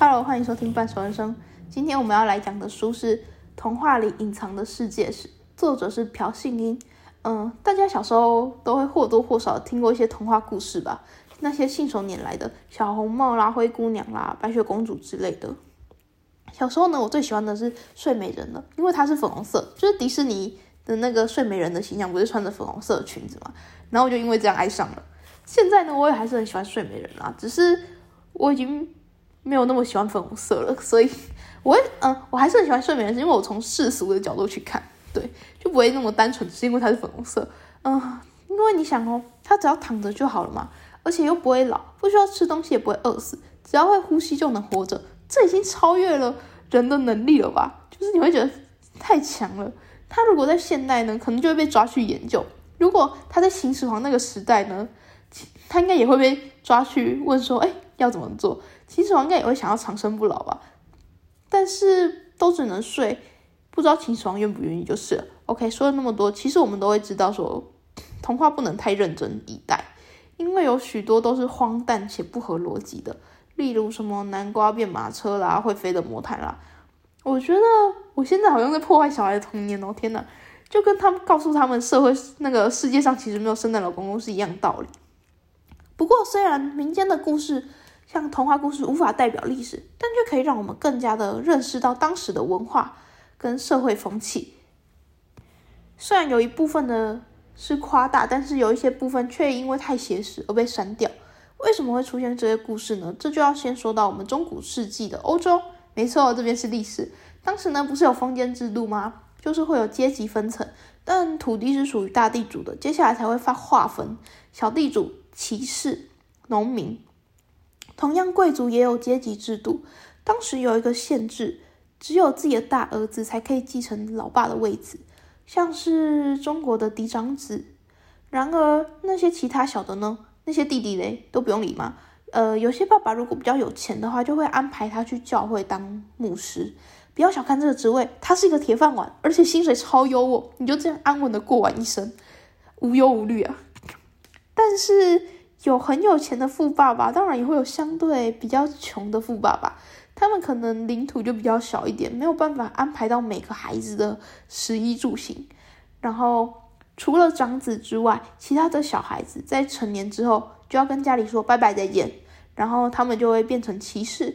Hello， 欢迎收听半熟人生。今天我们要来讲的书是《童话里隐藏的世界史》，作者是朴信英。大家小时候都会或多或少听过一些童话故事吧？那些信手拈来的小红帽啦、灰姑娘啦、白雪公主之类的。小时候呢，我最喜欢的是睡美人了，因为它是粉红色，就是迪士尼的那个睡美人的形象，不是穿着粉红色的裙子嘛？然后我就因为这样爱上了。现在呢，我也还是很喜欢睡美人啦，只是我已经没有那么喜欢粉红色了，所以我还是很喜欢睡美人，是因为我从世俗的角度去看，对，就不会那么单纯，只是因为它是粉红色。因为你想它只要躺着就好了嘛，而且又不会老，不需要吃东西也不会饿死，只要会呼吸就能活着，这已经超越了人的能力了吧？就是你会觉得太强了。它如果在现代呢，可能就会被抓去研究；如果它在秦始皇那个时代呢，他应该也会被抓去问说，要怎么做？秦始皇应该也会想要长生不老吧，但是都只能睡，不知道秦始皇愿不愿意就是了。OK， 说了那么多，其实我们都会知道说，童话不能太认真以待，因为有许多都是荒诞且不合逻辑的，例如什么南瓜变马车啦，会飞的魔毯啦。我觉得我现在好像在破坏小孩的童年哦，天哪！就跟他们告诉他们世界上其实没有圣诞老公公是一样的道理。不过，虽然民间的故事像童话故事无法代表历史，但却可以让我们更加的认识到当时的文化跟社会风气。虽然有一部分的是夸大，但是有一些部分却因为太写实而被删掉。为什么会出现这些故事呢？这就要先说到我们中古世纪的欧洲。没错，这边是历史。当时呢，不是有封建制度吗？就是会有阶级分层，但土地是属于大地主的，接下来才会划分小地主、骑士、农民。同样，贵族也有阶级制度。当时有一个限制，只有自己的大儿子才可以继承老爸的位子，像是中国的嫡长子。然而，那些其他小的呢？那些弟弟嘞，都不用理吗？有些爸爸如果比较有钱的话，就会安排他去教会当牧师。不要小看这个职位，他是一个铁饭碗，而且薪水超优哦，你就这样安稳的过完一生，无忧无虑啊。但是有很有钱的富爸爸，当然也会有相对比较穷的富爸爸，他们可能领土就比较小一点，没有办法安排到每个孩子的食衣住行。然后除了长子之外，其他的小孩子在成年之后就要跟家里说拜拜再见，然后他们就会变成骑士，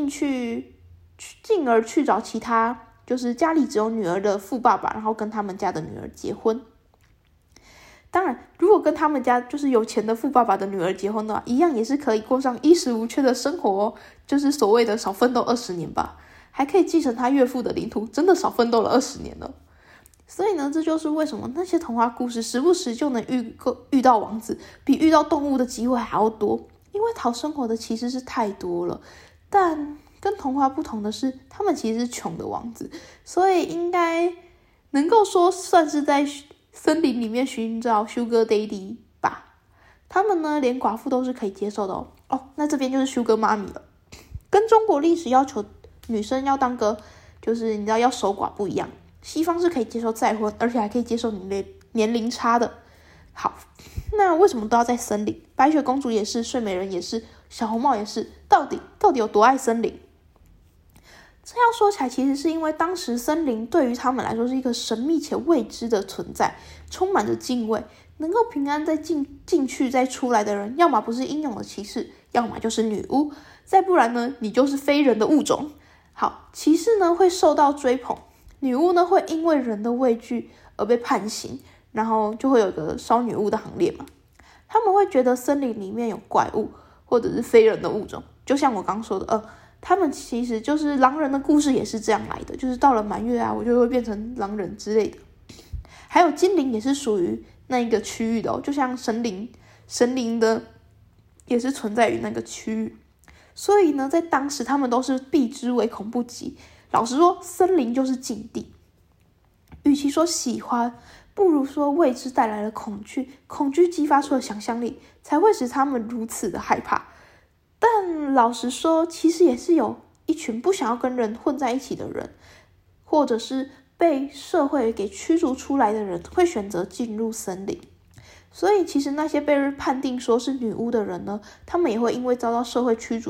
进而去找其他就是家里只有女儿的富爸爸，然后跟他们家的女儿结婚。当然，如果跟他们家就是有钱的富爸爸的女儿结婚的话，一样也是可以过上衣食无缺的生活哦，就是所谓的少奋斗20年吧，还可以继承他岳父的领土，真的少奋斗了20年了。所以呢，这就是为什么那些童话故事时不时就能遇到王子，比遇到动物的机会还要多，因为讨生活的其实是太多了。但跟童话不同的是，他们其实是穷的王子，所以应该能够说算是在森林里面寻找 Sugar Daddy 吧。他们呢，连寡妇都是可以接受的哦。那这边就是 Sugar Mommy 了。跟中国历史要求女生要当个就是你知道要守寡不一样，西方是可以接受再婚，而且还可以接受年龄差的。好，那为什么都要在森林？白雪公主也是，睡美人也是，小红帽也是，到底有多爱森林？这样说起来，其实是因为当时森林对于他们来说是一个神秘且未知的存在，充满着敬畏。能够平安再进去再出来的人，要么不是英勇的骑士，要么就是女巫，再不然呢，你就是非人的物种。好，骑士呢会受到追捧，女巫呢会因为人的畏惧而被判刑，然后就会有一个烧女巫的行列嘛。他们会觉得森林里面有怪物，或者是非人的物种，就像我刚说的，他们其实就是狼人的故事也是这样来的，就是到了满月啊，我就会变成狼人之类的。还有精灵也是属于那一个区域的就像神灵的也是存在于那个区域。所以呢，在当时他们都是避之唯恐不及。老实说，森林就是禁地。与其说喜欢，不如说未知带来了恐惧，恐惧激发出了想象力，才会使他们如此的害怕。但老实说，其实也是有一群不想要跟人混在一起的人，或者是被社会给驱逐出来的人，会选择进入森林。所以其实那些被判定说是女巫的人呢，他们也会因为遭到社会驱逐，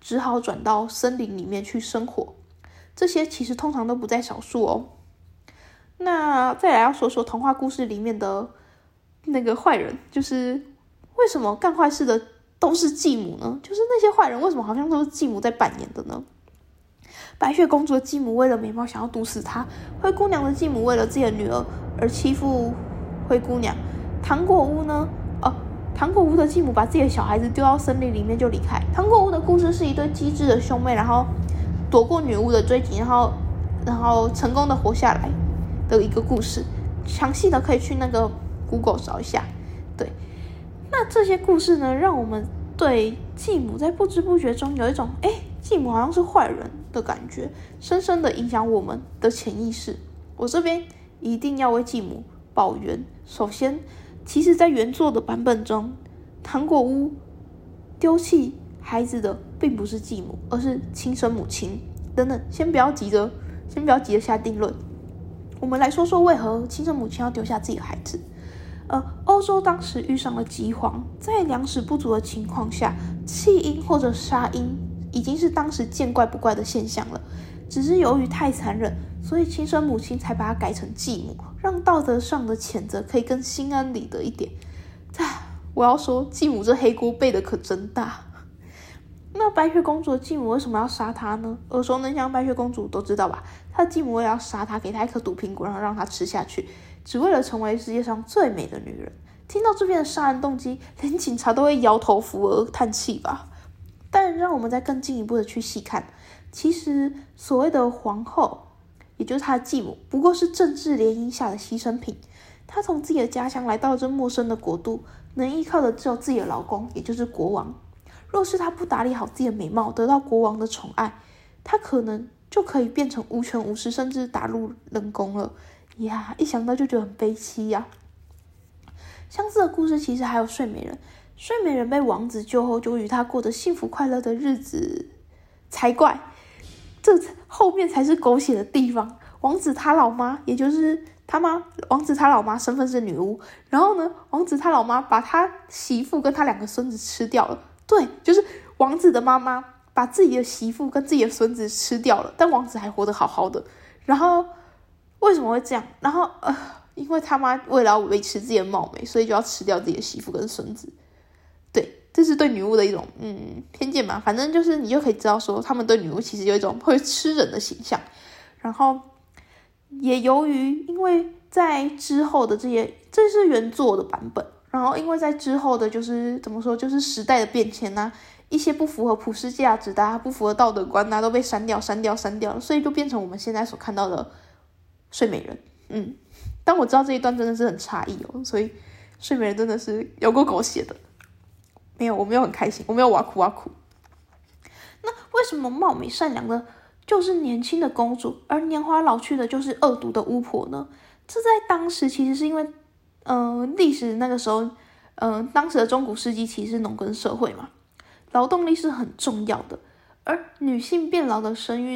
只好转到森林里面去生活。这些其实通常都不在少数哦。那再来要说说童话故事里面的那个坏人，就是为什么干坏事的都是继母呢？就是那些坏人为什么好像都是继母在扮演的呢？白雪公主的继母为了美貌想要毒死她，灰姑娘的继母为了自己的女儿而欺负灰姑娘，糖果屋呢？糖果屋的继母把自己的小孩子丢到森林里面就离开。糖果屋的故事是一对机智的兄妹，然后躲过女巫的追击，然后成功的活下来的一个故事。详细的可以去那个 Google 找一下。对，那这些故事呢，让我们对继母在不知不觉中有一种继母好像是坏人的感觉，深深的影响我们的潜意识。我这边一定要为继母抱冤。首先，其实在原作的版本中，糖果屋丢弃孩子的并不是继母，而是亲生母亲。等等，先不要急着下定论。我们来说说为何亲生母亲要丢下自己的孩子。欧洲当时遇上了饥荒，在粮食不足的情况下，弃婴或者杀婴已经是当时见怪不怪的现象了。只是由于太残忍，所以亲生母亲才把它改成继母，让道德上的谴责可以更心安理得一点。我要说，继母这黑锅背的可真大。那白雪公主的继母为什么要杀她呢？耳熟能详，白雪公主都知道吧？她的继母为了要杀她，给她一颗毒苹果，然后让她吃下去，只为了成为世界上最美的女人。听到这边的杀人动机，连警察都会摇头扶额叹气吧。但让我们再更进一步的去细看，其实所谓的皇后，也就是她的继母，不过是政治联姻下的牺牲品。她从自己的家乡来到这陌生的国度，能依靠的只有自己的老公，也就是国王。若是她不打理好自己的美貌，得到国王的宠爱，她可能就可以变成无权无势，甚至打入冷宫了呀！一想到就觉得很悲戚呀。相似的故事其实还有睡美人。睡美人被王子救后，就与他过着幸福快乐的日子才怪。这后面才是狗血的地方。王子他老妈，也就是王子他老妈身份是女巫，然后呢，王子他老妈把他媳妇跟他2个孙子吃掉了。对，就是王子的妈妈把自己的媳妇跟自己的孙子吃掉了，但王子还活得好好的。然后为什么会这样？然后因为他妈为了要维持自己的貌美，所以就要吃掉自己的媳妇跟孙子。对，这是对女巫的一种偏见嘛。反正就是你就可以知道说，他们对女巫其实有一种会吃人的形象。然后也由于因为在之后的这是原作的版本，然后因为在之后的就是怎么说，就是时代的变迁啊，一些不符合普世价值的不符合道德观都被删掉了，所以就变成我们现在所看到的睡美人。但我知道这一段真的是很诧异哦，所以睡美人真的是有够狗血的。没有，我没有很开心，我没有哇哭。那为什么貌美善良的就是年轻的公主，而年华老去的就是恶毒的巫婆呢？这在当时其实是因为历史那个时候当时的中古世纪其实是农耕社会嘛，劳动力是很重要的，而女性变老的话，生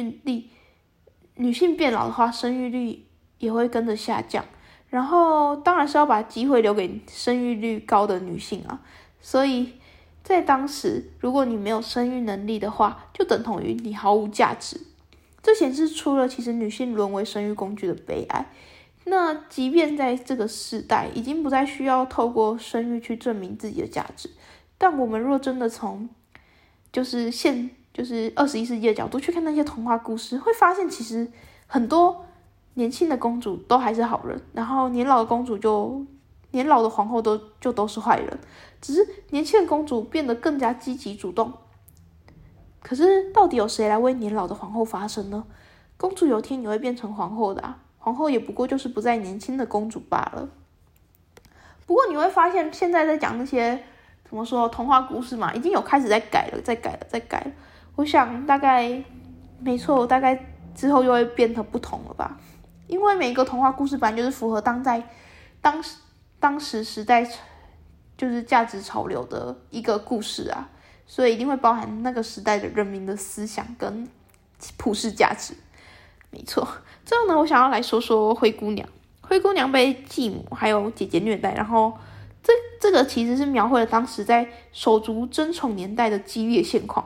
育率也会跟着下降，然后当然是要把机会留给生育率高的女性啊。所以在当时，如果你没有生育能力的话，就等同于你毫无价值。这显示出了其实女性沦为生育工具的悲哀。那即便在这个时代，已经不再需要透过生育去证明自己的价值，但我们若真的从就是21世纪的角度去看那些童话故事，会发现其实很多年轻的公主都还是好人，然后年老的皇后都是坏人，只是年轻的公主变得更加积极主动。可是到底有谁来为年老的皇后发声呢？公主有天也会变成皇后的皇后也不过就是不再年轻的公主罢了。不过你会发现，现在在讲那些怎么说童话故事嘛，已经有开始在改了。我想大概之后又会变得不同了吧？因为每一个童话故事本来就是符合当时时代就是价值潮流的一个故事啊，所以一定会包含那个时代的人民的思想跟普世价值。没错，最后呢，我想要来说说灰姑娘。灰姑娘被继母还有姐姐虐待，然后这个其实是描绘了当时在手足争宠年代的激烈现况。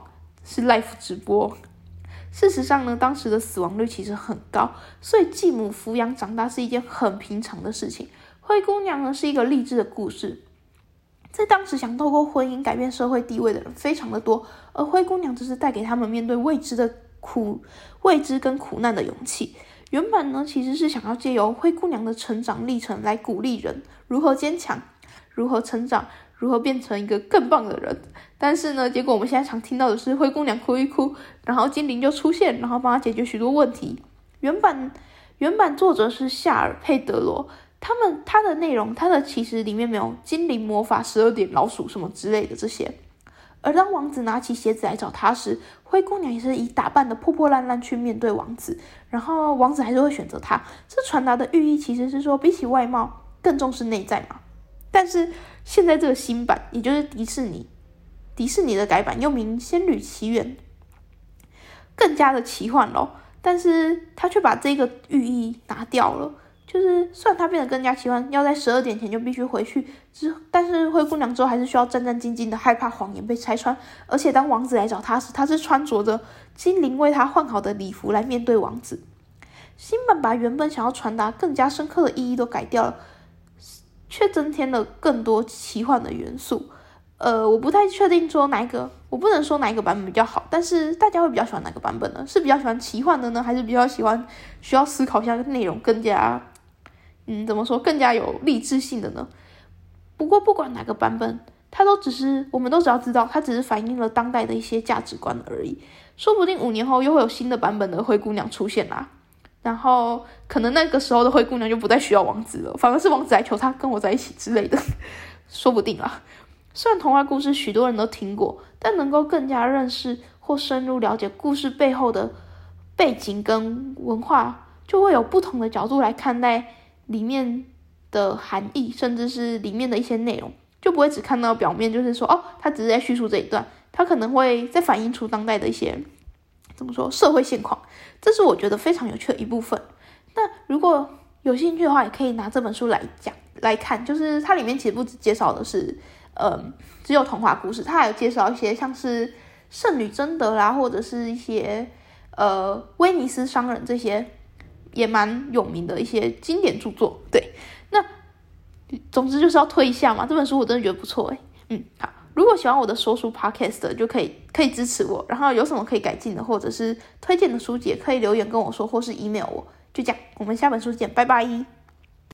是 live 直播。事实上呢，当时的死亡率其实很高，所以继母抚养长大是一件很平常的事情。灰姑娘呢是一个励志的故事，在当时想透过婚姻改变社会地位的人非常的多，而灰姑娘只是带给他们面对未知跟苦难的勇气。原本呢其实是想要借由灰姑娘的成长历程来鼓励人如何坚强，如何成长，如何变成一个更棒的人。但是呢，结果我们现在常听到的是灰姑娘哭一哭，然后精灵就出现，然后帮她解决许多问题。原版作者是夏尔佩德罗，他的内容，他的其实里面没有精灵魔法、12点老鼠什么之类的这些。而当王子拿起鞋子来找他时，灰姑娘也是以打扮的破破烂烂去面对王子，然后王子还是会选择他。这传达的寓意其实是说，比起外貌更重视内在嘛。但是现在这个新版，也就是迪士尼的改版，又名《仙履奇缘》，更加的奇幻咯，但是他却把这个寓意拿掉了。就是虽然它变得更加奇幻，要在12点前就必须回去，但是灰姑娘之后还是需要战战兢兢的，害怕谎言被拆穿。而且当王子来找她时，她是穿着着精灵为她换好的礼服来面对王子。新版把原本想要传达更加深刻的意义都改掉了，却增添了更多奇幻的元素。我不太确定说我不能说哪一个版本比较好，但是大家会比较喜欢哪个版本呢？是比较喜欢奇幻的呢，还是比较喜欢需要思考一下内容更加怎么说更加有励志性的呢？不过不管哪个版本，我们都只要知道它只是反映了当代的一些价值观而已。说不定5年后又会有新的版本的灰姑娘出现啦，然后可能那个时候的灰姑娘就不再需要王子了，反而是王子来求她跟我在一起之类的，说不定啦。虽然童话故事许多人都听过，但能够更加认识或深入了解故事背后的背景跟文化，就会有不同的角度来看待里面的含义，甚至是里面的一些内容，就不会只看到表面，就是说他只是在叙述这一段，他可能会再反映出当代的一些社会现况，这是我觉得非常有趣的一部分。那如果有兴趣的话，也可以拿这本书来看，就是它里面其实不只介绍的是只有童话故事，它还有介绍一些像是圣女贞德啦，或者是一些威尼斯商人，这些也蛮有名的一些经典著作。对，那总之就是要推一下嘛，这本书我真的觉得不错好，如果喜欢我的说书 podcast 的，就可以支持我，然后有什么可以改进的，或者是推荐的书籍，可以留言跟我说，或是 email 我。就这样，我们下本书见，拜拜。